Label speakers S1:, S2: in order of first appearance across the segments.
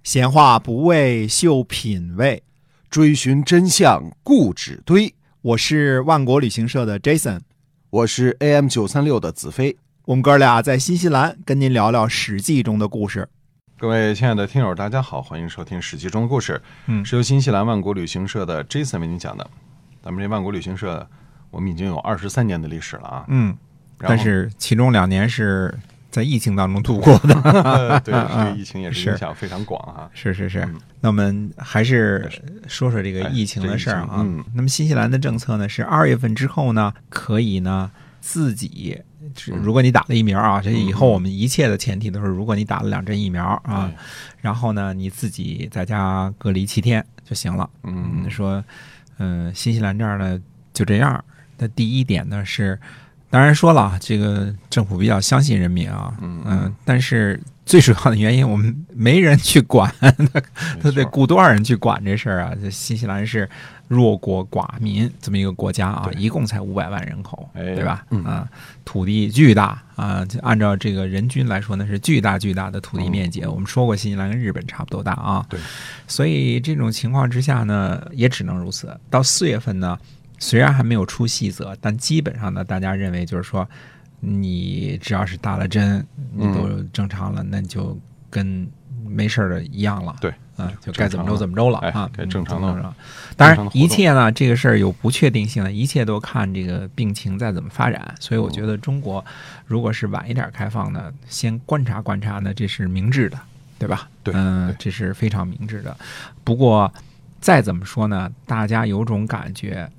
S1: 闲话不为秀品味，
S2: 追寻真相固执堆。
S1: 我是万国旅行社的 Jason，
S2: 我是 AM936 的子飞。
S1: 我们哥俩在新西兰跟您聊聊史记中的故事。
S2: 各位亲爱的听友大家好，欢迎收听史记中的故事，是由新西兰万国旅行社的 Jason 为您讲的。咱们这万国旅行社我们已经有23年的历史了啊。
S1: 但是其中2年是在疫情当中度过的。
S2: 对，这个疫情也是影响非常广啊。
S1: 是。那我们还是说说这个疫情的事儿啊。那么新西兰的政策呢是2月份之后呢，可以呢自己，如果你打了疫苗啊，这以后我们一切的前提都是，如果你打了2针疫苗啊，然后呢你自己在家隔离7天就行了。说，新西兰这儿呢就这样。那第一点呢是，当然说了，这个政府比较相信人民啊，但是最主要的原因，我们没人去管，他得雇多少人去管这事儿啊？这新西兰是弱国寡民这么一个国家啊，一共才500万人口，对吧？土地巨大啊，按照这个人均来说呢，是巨大的土地面积。我们说过，新西兰跟日本差不多大啊。对，所以这种情况之下呢，也只能如此。到4月份呢，虽然还没有出细则，但基本上呢，大家认为就是说，你只要是打了针，你都正常了，那就跟没事的一样了。对，就该怎么着了啊，
S2: 该正常了。
S1: 当然，一切呢，这个事儿有不确定性的，一切都看这个病情再怎么发展。所以我觉得中国如果是晚一点开放呢，先观察观察呢，这是明智的，对吧？对，这是非常明智的。不过再怎么说呢，大家有种感觉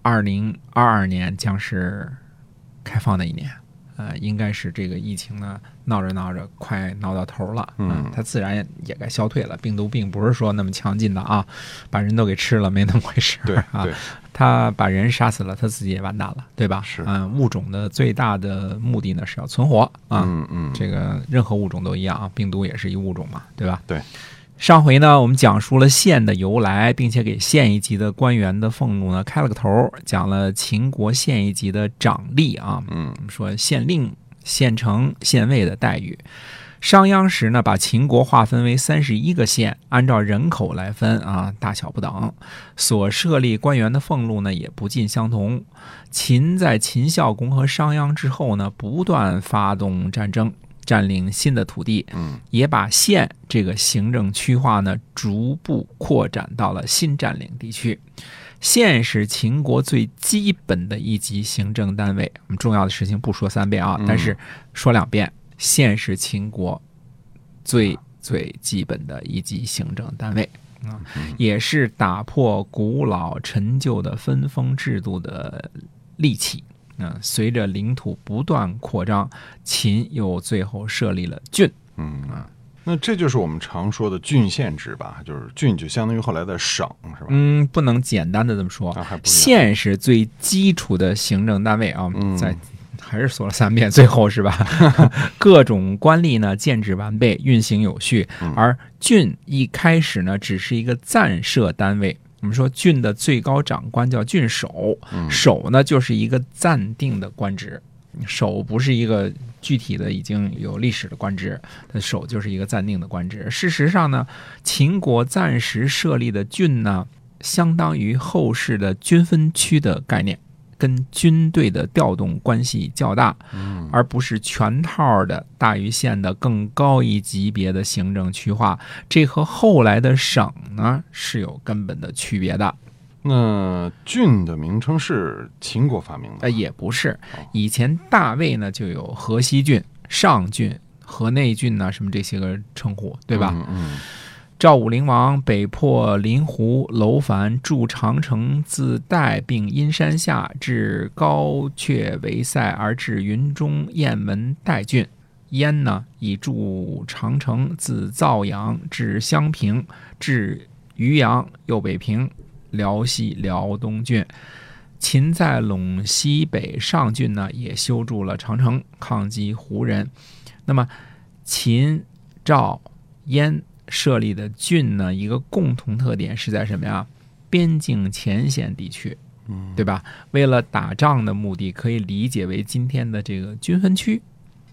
S1: ，2022年将是开放的一年。应该是这个疫情呢闹着快闹到头了，它自然也该消退了。病毒并不是说那么强劲的啊，把人都给吃了没那么回事。对啊，它把人杀死了，它自己也完蛋了，对吧？是，物种的最大的目的呢是要存活啊，这个任何物种都一样啊，病毒也是一物种嘛，对吧？对。上回呢，我们讲述了县的由来，并且给县一级的官员的俸禄呢开了个头，讲了秦国县一级的长吏啊，说县令、县丞、县尉的待遇。商鞅时呢，把秦国划分为31个县，按照人口来分啊，大小不等，所设立官员的俸禄呢也不尽相同。秦在秦孝公和商鞅之后呢，不断发动战争，占领新的土地，也把县这个行政区划呢逐步扩展到了新占领地区。县是秦国最基本的一级行政单位，我们重要的事情不说3遍啊，但是说2遍，县是秦国最基本的一级行政单位，也是打破古老陈旧的分封制度的利器。随着领土不断扩张，秦又最后设立了郡。
S2: 那这就是我们常说的郡县制吧？就是郡就相当于后来的省，是吧？
S1: 不能简单的这么说。县是最基础的行政单位啊，还是说了3遍，最后是吧？各种官吏呢建制完备，运行有序，而郡一开始呢只是一个暂设单位。我们说郡的最高长官叫郡守，守呢就是一个暂定的官职，守不是一个具体的已经有历史的官职，它守就是一个暂定的官职。事实上呢，秦国暂时设立的郡呢，相当于后世的军分区的概念，跟军队的调动关系较大，而不是全套的大于县的更高一级别的行政区划。这和后来的省呢是有根本的区别的。
S2: 那郡的名称是秦国发明的？
S1: 也不是，以前大魏呢就有河西郡、上郡、河内郡呢什么这些个称呼，对吧？赵武灵王北破临湖、楼烦，筑长城，自代并阴山下，至高阙为塞，而至云中、雁门、代郡。燕呢，以筑长城，自枣阳至襄平，至渔阳，又北平、辽西、辽东郡。秦在陇西北上郡呢，也修筑了长城，抗击胡人。那么秦、赵、燕设立的郡呢，一个共同特点是在什么呀？边境前线地区，对吧？为了打仗的目的，可以理解为今天的这个军分区。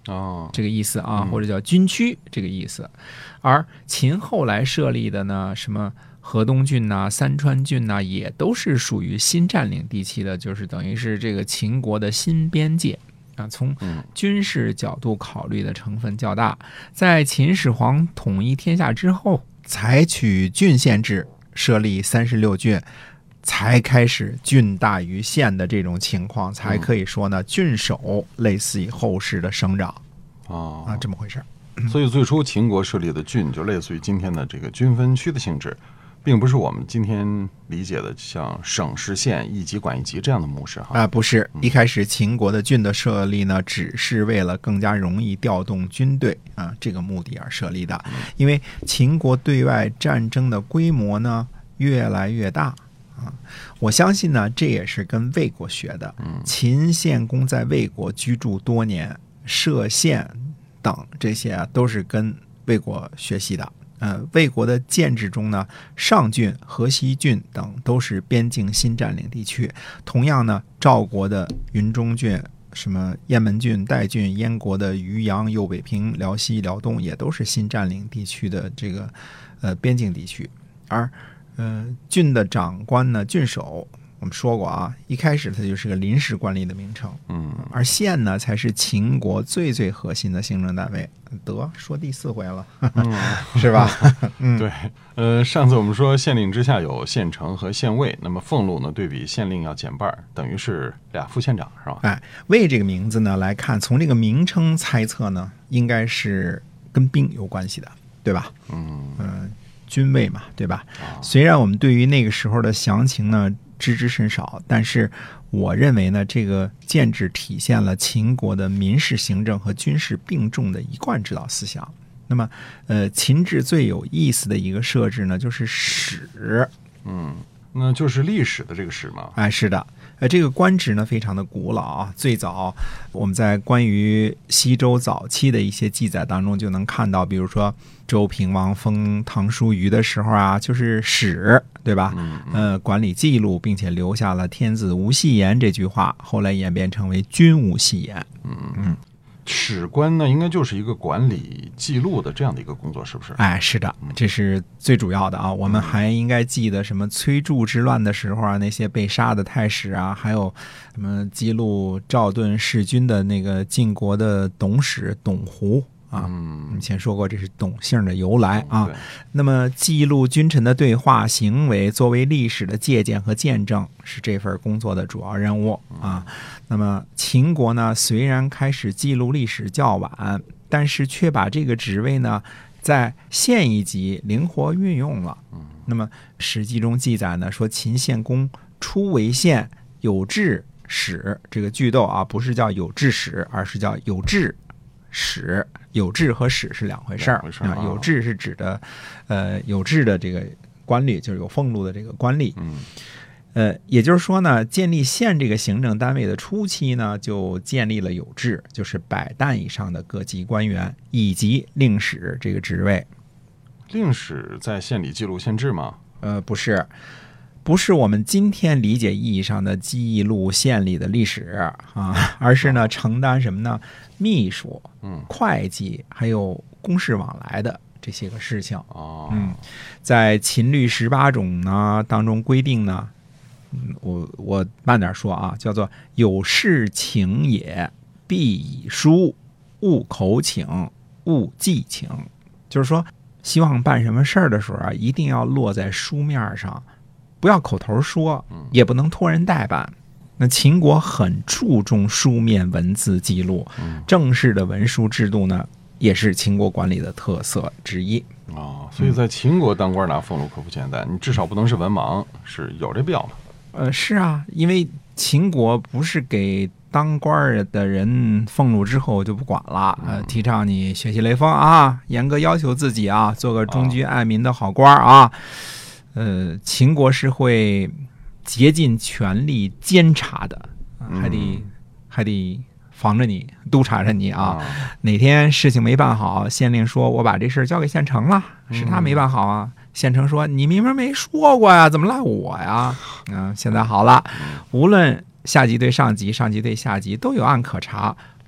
S1: 这个意思啊，或者叫军区这个意思。而秦后来设立的呢，什么河东郡呐、三川郡呐，也都是属于新占领地区的，就是等于是这个秦国的新边界啊。从军事角度考虑的成分较大。在秦始皇统一天下之后，采取郡县制，设立36郡，才开始郡大于县的这种情况，才可以说呢，郡守类似于后世的省长这么回事。
S2: 所以最初秦国设立的郡就类似于今天的这个军分区的性质，并不是我们今天理解的像省市县一级管一级这样的模式
S1: 不是。一开始秦国的郡的设立呢，只是为了更加容易调动军队这个目的而设立的。因为秦国对外战争的规模呢越来越大我相信呢，这也是跟魏国学的。秦献公在魏国居住多年，设县等这些都是跟魏国学习的。魏国的建制中呢，上郡、河西郡等都是边境新占领地区。同样呢，赵国的云中郡、什么雁门郡、代郡，燕国的渔阳、右北平、辽西、辽东也都是新占领地区的这个边境地区。而郡的长官呢，郡守，我们说过一开始它就是个临时官吏的名称。而县呢，才是秦国最核心的行政单位。说第4回了，是吧？
S2: 对，上次我们说县令之下有县丞和县尉，那么俸禄呢，对比县令要减半，等于是2副县长，是吧？
S1: 尉这个名字呢来看，从这个名称猜测呢，应该是跟兵有关系的，对吧？军尉嘛，对吧？虽然我们对于那个时候的详情呢知之甚少，但是我认为呢，这个建制体现了秦国的民事行政和军事并重的一贯指导思想。那么秦制最有意思的一个设置呢，就是史。
S2: 那就是历史的这个史吗？
S1: 是的。这个官职呢非常的古老最早我们在关于西周早期的一些记载当中就能看到，比如说周平王封唐叔虞的时候就是史，对吧？管理记录，并且留下了天子无戏言这句话，后来演变成为君无戏言。
S2: 史官呢，应该就是一个管理记录的这样的一个工作，是不是？
S1: 是的，这是最主要的我们还应该记得什么崔杼之乱的时候那些被杀的太史还有什么记录赵盾弑君的那个晋国的董史董狐以前说过这是董姓的由来那么记录君臣的对话行为，作为历史的借鉴和见证，是这份工作的主要任务那么秦国呢，虽然开始记录历史较晚，但是却把这个职位呢在县一级灵活运用了。那么史记中记载呢，说秦献公初为县，有制史，这个句逗不是叫有制史，而是叫有制史。有制和史是两回事儿有制是指的有制的这个官吏，就是有俸禄的这个官吏。也就是说呢，建立县这个行政单位的初期呢，就建立了有制，就是100担以上的各级官员，以及令史这个职位。
S2: 令史在县里记录县制吗？
S1: 不是我们今天理解意义上的记录县里的历史而是呢承担什么呢？秘书、会计还有公事往来的这些个事情。在秦律18种呢当中规定呢，我慢点说叫做有事请也，必以书，勿口请，勿记请。就是说希望办什么事儿的时候一定要落在书面上，不要口头说，也不能托人代办。那秦国很注重书面文字记录，正式的文书制度呢，也是秦国管理的特色之一。
S2: 所以在秦国当官拿俸禄可不简单，你至少不能是文盲，是有这必要吗？
S1: 是因为秦国不是给当官的人俸禄之后就不管了，提倡你学习雷锋严格要求自己做个忠君爱民的好官秦国是会竭尽全力监察的，还得防着你，督察着你哪天事情没办好，县令说我把这事交给县丞了，是他没办好县丞说你明明没说过呀，怎么赖我呀？现在好了，无论下级对上级，上级对下级，都有案可查，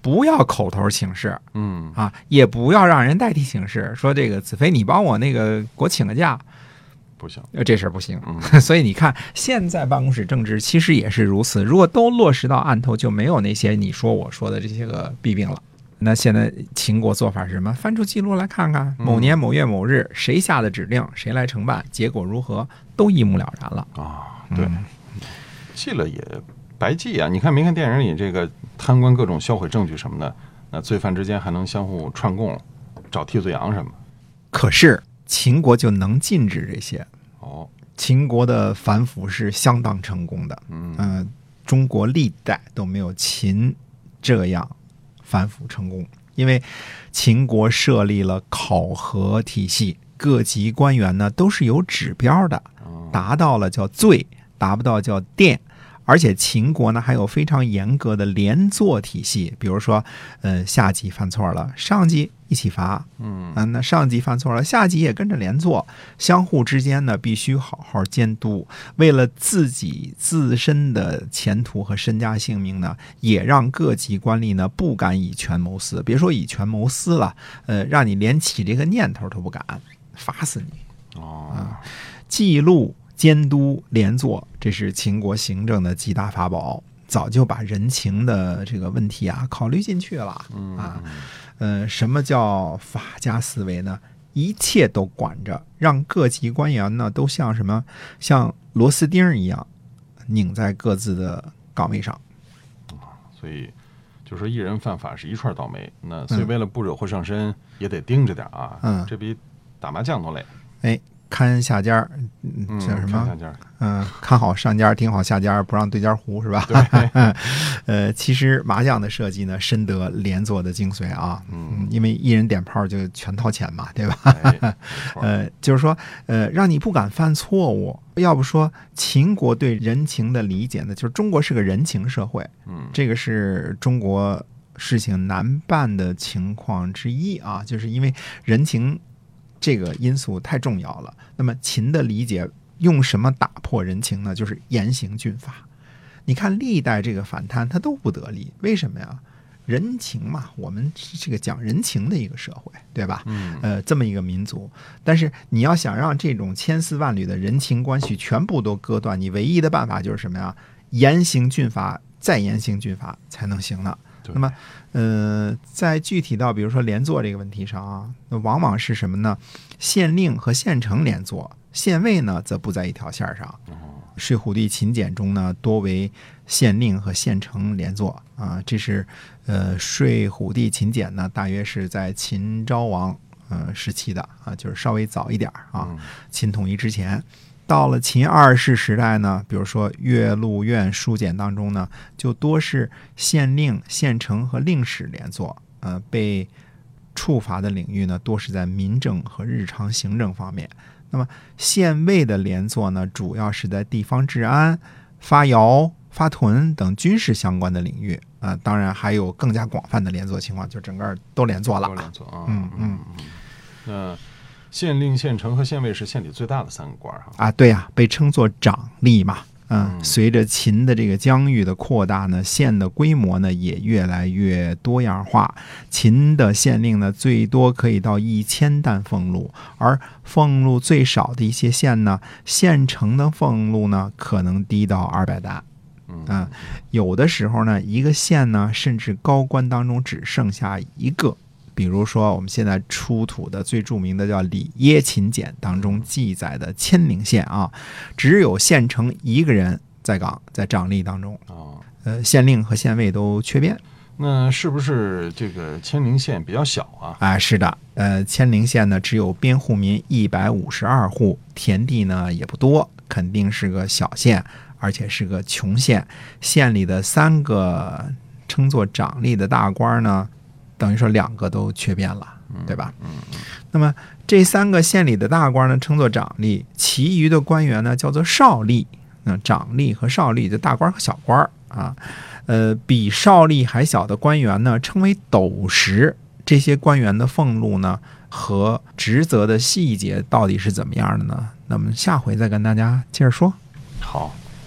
S1: 不要口头请示，也不要让人代替请示，说这个子飞你帮我那个给我请个假，
S2: 不行，
S1: 这事儿不行。所以你看，现在办公室政治其实也是如此，如果都落实到案头，就没有那些你说我说的这些个弊病了。那现在秦国做法是什么？翻出记录来看看，某年某月某日谁下的指令，谁来承办，结果如何，都一目了然了
S2: 啊。对，记了也白记啊！你看没看电影里这个贪官各种销毁证据什么的，那罪犯之间还能相互串供，找替罪羊什么？
S1: 可是秦国就能禁止这些
S2: 哦。
S1: 秦国的反腐是相当成功的，中国历代都没有秦这样反腐成功，因为秦国设立了考核体系，各级官员呢都是有指标的，达到了叫罪，达不到叫电。而且秦国呢还有非常严格的连坐体系，比如说下级犯错了，上级一起罚，那上级犯错了，下级也跟着连坐，相互之间呢必须好好监督，为了自己自身的前途和身家性命呢，也让各级官吏呢不敢以权谋私，别说以权谋私了，让你连起这个念头都不敢，罚死你记录监督连坐，这是秦国行政的几大法宝，早就把人情的这个问题考虑进去了什么叫法家思维呢？一切都管着，让各级官员呢都像什么，像螺丝钉一样拧在各自的岗位上
S2: 所以就说一人犯法是一串倒霉，那所以为了不惹祸上身，也得盯着点这比打麻将都累。
S1: 看下家叫什么？看好上家，盯好下家，不让对家胡，是吧？
S2: 对。
S1: 其实麻将的设计呢，深得连坐的精髓因为一人点炮就全掏钱嘛，对吧？就是说，让你不敢犯错误。要不说秦国对人情的理解呢，就是中国是个人情社会，这个是中国事情难办的情况之一就是因为人情这个因素太重要了。那么秦的理解用什么打破人情呢？就是严刑峻法。你看历代这个反贪他都不得力，为什么呀？人情嘛，我们是这个讲人情的一个社会，对吧？这么一个民族，但是你要想让这种千丝万缕的人情关系全部都割断，你唯一的办法就是什么呀？严刑峻法，再严刑峻法才能行呢。那么在具体到比如说连坐这个问题上那往往是什么呢？县令和县城连坐，县尉呢则不在一条线上。睡虎地秦简中呢多为县令和县城连坐这是睡虎地秦简呢大约是在秦昭王时期的就是稍微早一点秦统一之前。到了秦二世时代呢，比如说岳麓院书简当中呢，就多是县令、县城和令史连坐。被处罚的领域呢，多是在民政和日常行政方面。那么县尉的连坐呢，主要是在地方治安、发徭、发屯等军事相关的领域。当然还有更加广泛的连坐情况，就整个都连坐了。
S2: 都连坐那县令、县城和县尉是县里最大的三个官
S1: 对呀，被称作长吏嘛。随着秦的这个疆域的扩大呢，县的规模呢也越来越多样化。秦的县令呢，最多可以到1000担俸禄，而俸禄最少的一些县呢，县城的俸禄呢可能低到200担。有的时候呢，一个县呢，甚至高官当中只剩下一个。比如说我们现在出土的最著名的叫里耶秦简当中记载的千陵县只有县城一个人在岗，在长吏当中县令和县尉都缺编。
S2: 那是不是这个千陵县比较小
S1: 是的，千陵县呢只有编户民152户，田地呢也不多，肯定是个小县，而且是个穷县。县里的3个称作长吏的大官呢，等于说2个都缺编了，对吧？那么这3个县里的大官呢称作长吏，其余的官员呢叫做少吏。长吏和少吏，就大官和小官比少吏还小的官员呢称为斗石。这些官员的俸禄呢和职责的细节到底是怎么样的呢？那么下回再跟大家接着说。
S2: 好，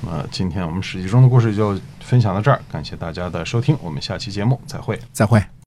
S2: 今天我们史记中的故事就分享到这儿，感谢大家的收听，我们下期节目再会。
S1: 再会。